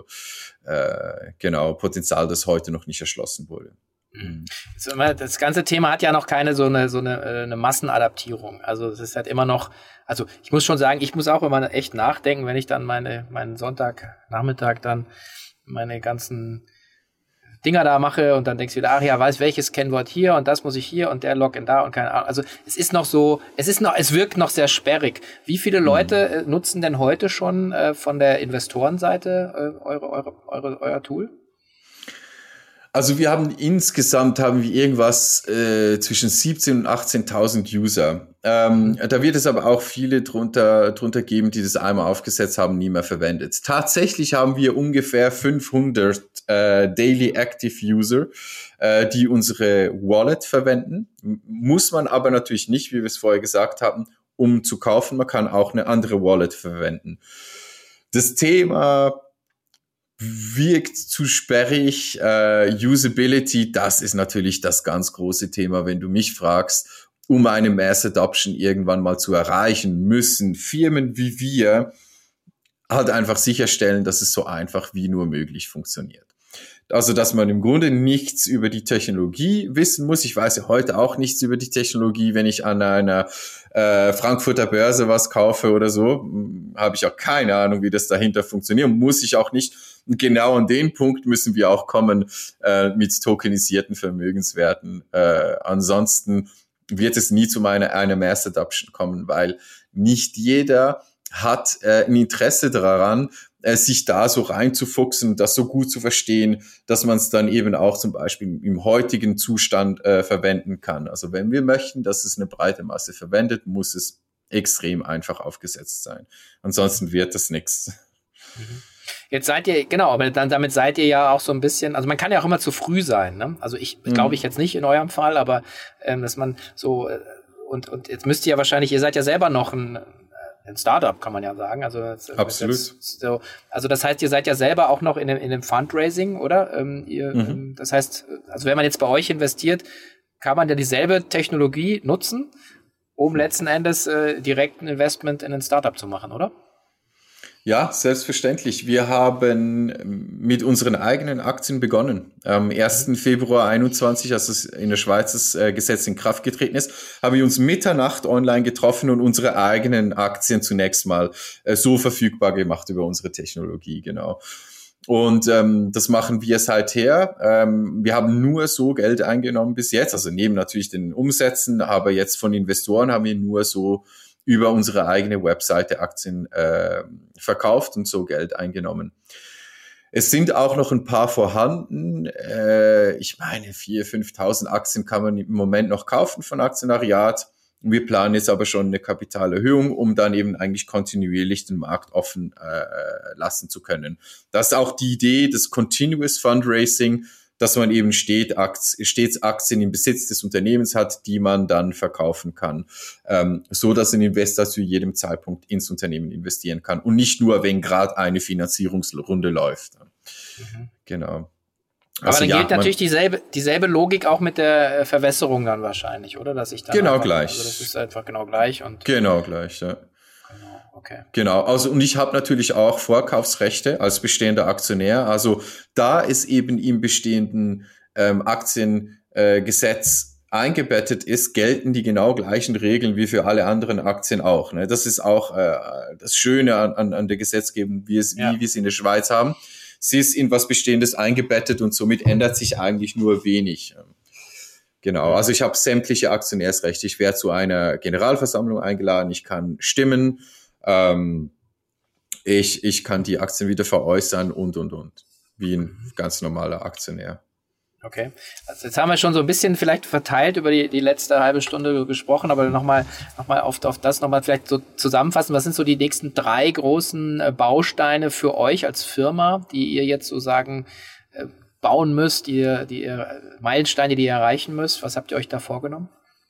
äh, genau Potenzial, das heute noch nicht erschlossen wurde. Mhm. Das ganze Thema hat ja noch keine so eine so eine, eine Massenadaptierung. Also es ist halt immer noch, also ich muss schon sagen, ich muss auch immer echt nachdenken, wenn ich dann meine meinen Sonntagnachmittag dann meine ganzen Dinger da mache und dann denkst du wieder, ach ja, weiß welches Kennwort hier und das muss ich hier und der Login da und keine Ahnung. Also es ist noch so, es ist noch, es wirkt noch sehr sperrig. Wie viele Leute äh, nutzen denn heute schon äh, von der Investorenseite äh, eure, eure, eure, euer Tool? Also wir haben insgesamt haben wir irgendwas äh, zwischen siebzehntausend und achtzehntausend User. Ähm, da wird es aber auch viele drunter drunter geben, die das einmal aufgesetzt haben, nie mehr verwendet. Tatsächlich haben wir ungefähr fünfhundert äh, Daily Active User, äh, die unsere Wallet verwenden. Muss man aber natürlich nicht, wie wir es vorher gesagt haben, um zu kaufen. Man kann auch eine andere Wallet verwenden. Das Thema wirkt zu sperrig, äh, Usability, das ist natürlich das ganz große Thema, wenn du mich fragst, um eine Mass Adoption irgendwann mal zu erreichen, müssen Firmen wie wir halt einfach sicherstellen, dass es so einfach wie nur möglich funktioniert. Also, dass man im Grunde nichts über die Technologie wissen muss. Ich weiß ja heute auch nichts über die Technologie, wenn ich an einer äh, Frankfurter Börse was kaufe oder so, habe ich auch keine Ahnung, wie das dahinter funktioniert. Muss ich auch nicht. Und genau an den Punkt müssen wir auch kommen äh, mit tokenisierten Vermögenswerten. Äh, ansonsten wird es nie zu einer, einer Mass Adoption kommen, weil nicht jeder hat äh, ein Interesse daran, äh, sich da so reinzufuchsen, das so gut zu verstehen, dass man es dann eben auch zum Beispiel im heutigen Zustand äh, verwenden kann. Also wenn wir möchten, dass es eine breite Masse verwendet, muss es extrem einfach aufgesetzt sein. Ansonsten wird das nichts. Mhm. Jetzt seid ihr, genau, aber dann damit seid ihr ja auch so ein bisschen, also man kann ja auch immer zu früh sein, ne? Also ich mhm. glaube ich jetzt nicht in eurem Fall, aber ähm, dass man so, äh, und, und jetzt müsst ihr ja wahrscheinlich, ihr seid ja selber noch ein, ein Startup, kann man ja sagen. Also absolut. So, also das heißt, ihr seid ja selber auch noch in dem, in dem Fundraising, oder? Ähm, ihr, mhm. ähm, das heißt, also wenn man jetzt bei euch investiert, kann man ja dieselbe Technologie nutzen, um letzten Endes äh, direkt ein Investment in ein Startup zu machen, oder? Ja, selbstverständlich. Wir haben mit unseren eigenen Aktien begonnen. Am ersten Februar einundzwanzig, als es in der Schweiz das äh, Gesetz in Kraft getreten ist, haben wir uns Mitternacht online getroffen und unsere eigenen Aktien zunächst mal äh, so verfügbar gemacht über unsere Technologie, genau. Und ähm, das machen wir seither. Ähm, wir haben nur so Geld eingenommen bis jetzt, also neben natürlich den Umsätzen, aber jetzt von Investoren haben wir nur so über unsere eigene Webseite Aktien äh, verkauft und so Geld eingenommen. Es sind auch noch ein paar vorhanden. Äh, ich meine, viertausend, fünftausend Aktien kann man im Moment noch kaufen von Aktionariat. Wir planen jetzt aber schon eine Kapitalerhöhung, um dann eben eigentlich kontinuierlich den Markt offen äh, lassen zu können. Das ist auch die Idee des Continuous Fundraising, dass man eben steht, Aktien, stets Aktien im Besitz des Unternehmens hat, die man dann verkaufen kann, ähm, so dass ein Investor zu jedem Zeitpunkt ins Unternehmen investieren kann und nicht nur, wenn gerade eine Finanzierungsrunde läuft. Mhm. Genau. Aber also dann ja, gilt natürlich dieselbe, dieselbe Logik auch mit der Verwässerung dann wahrscheinlich, oder? Dass ich dann genau einfach, gleich. Also das ist einfach genau gleich. Und genau gleich, ja. Genau, okay. Genau, also und ich habe natürlich auch Vorkaufsrechte als bestehender Aktionär. Also da ist eben im bestehenden ähm, Aktiengesetz äh, eingebettet ist, gelten die genau gleichen Regeln wie für alle anderen Aktien auch. Ne? Das ist auch äh, das Schöne an, an, an der Gesetzgebung, wie, es, ja. wie wir es in der Schweiz haben. Sie ist in was Bestehendes eingebettet und somit ändert sich eigentlich nur wenig. Genau, also ich habe sämtliche Aktionärsrechte. Ich werde zu einer Generalversammlung eingeladen, ich kann stimmen, ähm, ich, ich kann die Aktien wieder veräußern und, und, und, wie ein ganz normaler Aktionär. Okay, also jetzt haben wir schon so ein bisschen vielleicht verteilt über die, die letzte halbe Stunde gesprochen, aber nochmal noch mal auf, auf das nochmal vielleicht so zusammenfassen. Was sind so die nächsten drei großen Bausteine für euch als Firma, die ihr jetzt so sagen äh, bauen müsst, die ihr, die ihr Meilensteine, die ihr erreichen müsst? Was habt ihr euch da vorgenommen?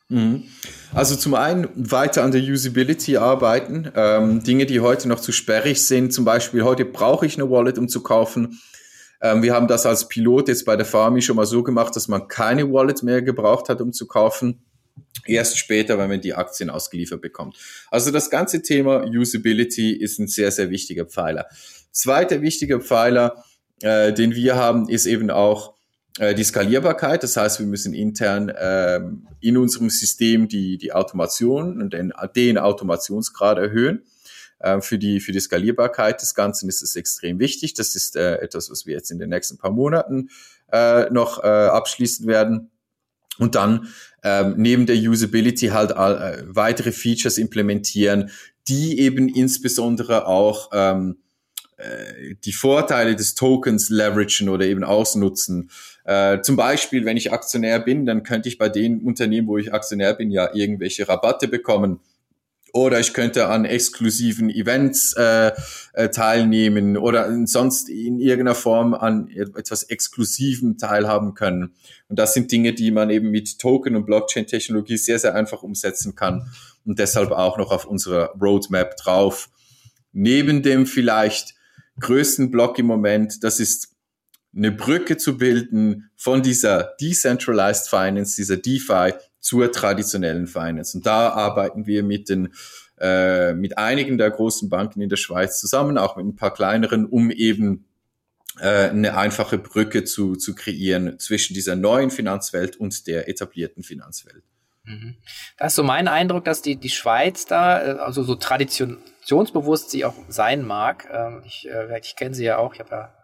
Also zum einen weiter an der Usability arbeiten. Ähm, Dinge, die heute noch zu sperrig sind. Zum Beispiel, heute brauche ich eine Wallet, um zu kaufen. Ähm, wir haben das als Pilot jetzt bei der Farmi schon mal so gemacht, dass man keine Wallet mehr gebraucht hat, um zu kaufen. Erst später, wenn man die Aktien ausgeliefert bekommt. Also das ganze Thema Usability ist ein sehr, sehr wichtiger Pfeiler. Zweiter wichtiger Pfeiler, äh, den wir haben, ist eben auch äh, die Skalierbarkeit. Das heißt, wir müssen intern äh, in unserem System die, die Automation und den, den Automationsgrad erhöhen. Äh, für die, für die Skalierbarkeit des Ganzen ist es extrem wichtig. Das ist äh, etwas, was wir jetzt in den nächsten paar Monaten äh, noch äh, abschließen werden. Und dann ähm, neben der Usability halt äh, weitere Features implementieren, die eben insbesondere auch ähm, äh, die Vorteile des Tokens leveragen oder eben ausnutzen. Äh, zum Beispiel, wenn ich Aktionär bin, dann könnte ich bei den Unternehmen, wo ich Aktionär bin, ja irgendwelche Rabatte bekommen. Oder ich könnte an exklusiven Events äh, äh, teilnehmen oder sonst in irgendeiner Form an etwas Exklusivem teilhaben können. Und das sind Dinge, die man eben mit Token- und Blockchain-Technologie sehr, sehr einfach umsetzen kann und deshalb auch noch auf unserer Roadmap drauf. Neben dem vielleicht größten Block im Moment, das ist eine Brücke zu bilden von dieser Decentralized Finance, dieser DeFi, zur traditionellen Finance. Und da arbeiten wir mit den äh, mit einigen der großen Banken in der Schweiz zusammen, auch mit ein paar kleineren, um eben äh, eine einfache Brücke zu zu kreieren zwischen dieser neuen Finanzwelt und der etablierten Finanzwelt. Mhm. Das ist so mein Eindruck, dass die die Schweiz da, also so traditionsbewusst sie auch sein mag. Ich, ich kenne sie ja auch, ich habe ja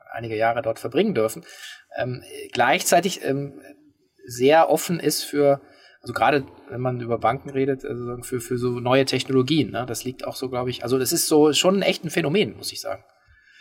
einige Jahre dort verbringen dürfen, ähm, gleichzeitig ähm, sehr offen ist für, also gerade wenn man über Banken redet, also für, für so neue Technologien. Ne? Das liegt auch so, glaube ich, also das ist so schon echt ein Phänomen, muss ich sagen.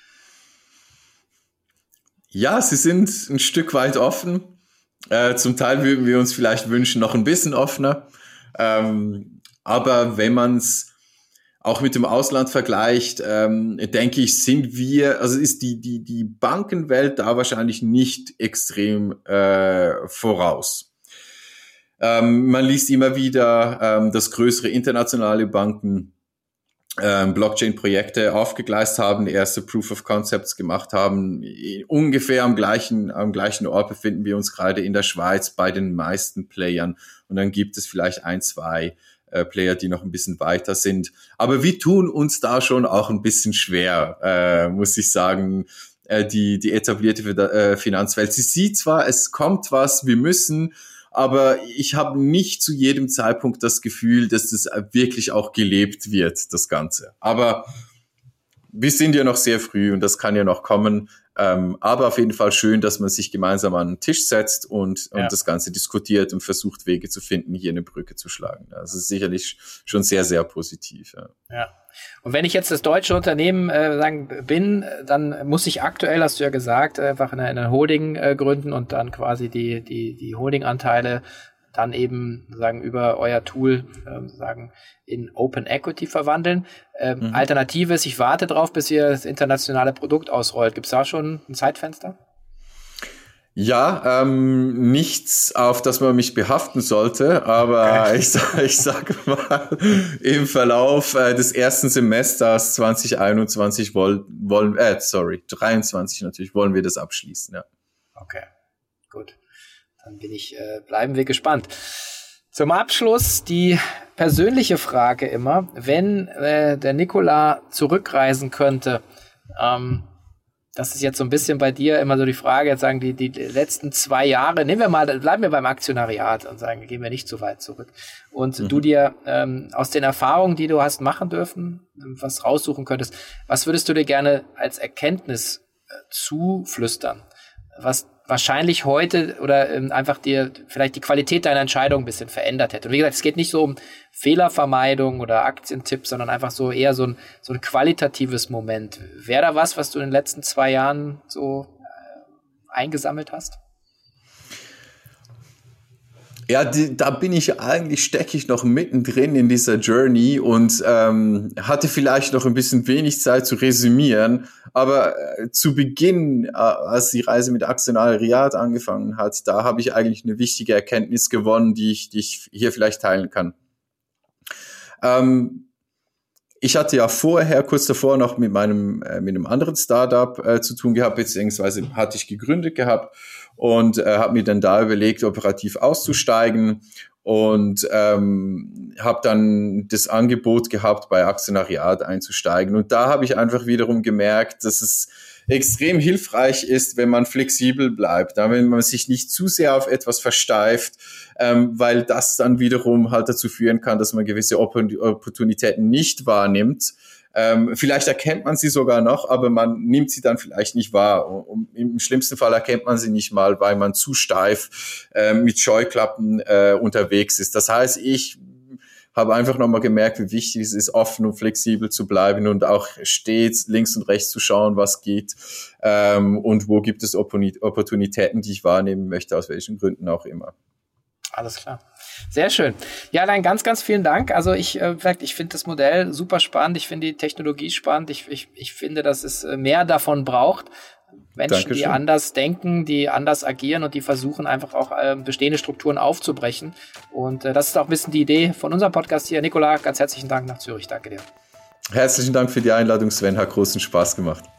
Ja, sie sind ein Stück weit offen. Äh, zum Teil würden wir uns vielleicht wünschen, noch ein bisschen offener. Ähm, aber wenn man es auch mit dem Ausland vergleicht, ähm, denke ich, sind wir, also ist die, die, die Bankenwelt da wahrscheinlich nicht extrem äh, voraus. Ähm, man liest immer wieder, ähm, dass größere internationale Banken ähm, Blockchain-Projekte aufgegleist haben, erste Proof of Concepts gemacht haben. Ungefähr am gleichen, am gleichen Ort befinden wir uns gerade in der Schweiz bei den meisten Playern. Und dann gibt es vielleicht ein, zwei äh, Player, die noch ein bisschen weiter sind. Aber wir tun uns da schon auch ein bisschen schwer, äh, muss ich sagen, äh, die, die etablierte äh, Finanzwelt. Sie sieht zwar, es kommt was, wir müssen, aber ich habe nicht zu jedem Zeitpunkt das Gefühl, dass das wirklich auch gelebt wird, das Ganze. Aber wir sind ja noch sehr früh und das kann ja noch kommen. Ähm, aber auf jeden Fall schön, dass man sich gemeinsam an den Tisch setzt und, und ja. das Ganze diskutiert und versucht, Wege zu finden, hier eine Brücke zu schlagen. Das ist sicherlich schon sehr, sehr positiv. Ja. ja. Und wenn ich jetzt das deutsche Unternehmen äh, sagen bin, dann muss ich aktuell, hast du ja gesagt, einfach in einer Holding äh, gründen und dann quasi die, die, die Holding-Anteile dann eben sagen über euer Tool äh, sagen in Open Equity verwandeln. Ähm, mhm. Alternative ist, ich warte drauf, bis ihr das internationale Produkt ausrollt. Gibt es da schon ein Zeitfenster? Ja, ähm, nichts, auf das man mich behaften sollte, aber okay. ich, ich sage mal, im Verlauf äh, des ersten Semesters zwanzig einundzwanzig wollen, wollen äh, sorry, dreiundzwanzig natürlich, wollen wir das abschließen, ja. Okay, gut. Dann bin ich, äh, bleiben wir gespannt. Zum Abschluss die persönliche Frage immer, wenn äh, der Nicola zurückreisen könnte, ähm, das ist jetzt so ein bisschen bei dir immer so die Frage, jetzt sagen die, die letzten zwei Jahre, nehmen wir mal, bleiben wir beim Aktionariat und sagen, gehen wir nicht so weit zurück. Und mhm. du dir ähm, aus den Erfahrungen, die du hast machen dürfen, was raussuchen könntest, was würdest du dir gerne als Erkenntnis äh, zuflüstern, was wahrscheinlich heute oder ähm, einfach dir vielleicht die Qualität deiner Entscheidung ein bisschen verändert hätte. Und wie gesagt, es geht nicht so um Fehlervermeidung oder Aktientipps, sondern einfach so eher so ein, so ein qualitatives Moment. Wäre da was, was du in den letzten zwei Jahren so äh, eingesammelt hast? Ja, die, da bin ich eigentlich, stecke ich noch mittendrin in dieser Journey und ähm, hatte vielleicht noch ein bisschen wenig Zeit zu resümieren, aber äh, zu Beginn, äh, als die Reise mit Aktionariat angefangen hat, da habe ich eigentlich eine wichtige Erkenntnis gewonnen, die ich, die ich hier vielleicht teilen kann. Ähm, ich hatte ja vorher, kurz davor noch mit meinem, äh, mit einem anderen Startup äh, zu tun gehabt, beziehungsweise hatte ich gegründet gehabt und äh, habe mir dann da überlegt, operativ auszusteigen und ähm, habe dann das Angebot gehabt, bei Aktionariat einzusteigen. Und da habe ich einfach wiederum gemerkt, dass es extrem hilfreich ist, wenn man flexibel bleibt, da wenn man sich nicht zu sehr auf etwas versteift, ähm, weil das dann wiederum halt dazu führen kann, dass man gewisse Opportunitäten nicht wahrnimmt. Ähm, vielleicht erkennt man sie sogar noch, aber man nimmt sie dann vielleicht nicht wahr. Und im schlimmsten Fall erkennt man sie nicht mal, weil man zu steif äh, mit Scheuklappen äh, unterwegs ist. Das heißt, ich habe einfach nochmal gemerkt, wie wichtig es ist, offen und flexibel zu bleiben und auch stets links und rechts zu schauen, was geht ähm, und wo gibt es Opportunitäten, die ich wahrnehmen möchte, aus welchen Gründen auch immer. Alles klar. Sehr schön. Ja, dann ganz, ganz vielen Dank. Also ich, äh, ich finde das Modell super spannend. Ich finde die Technologie spannend. Ich, ich, ich finde, dass es mehr davon braucht. Menschen, Dankeschön. Die anders denken, die anders agieren und die versuchen einfach auch äh, bestehende Strukturen aufzubrechen. Und äh, das ist auch ein bisschen die Idee von unserem Podcast hier. Nicola, ganz herzlichen Dank nach Zürich. Danke dir. Herzlichen Dank für die Einladung, Sven. Hat großen Spaß gemacht.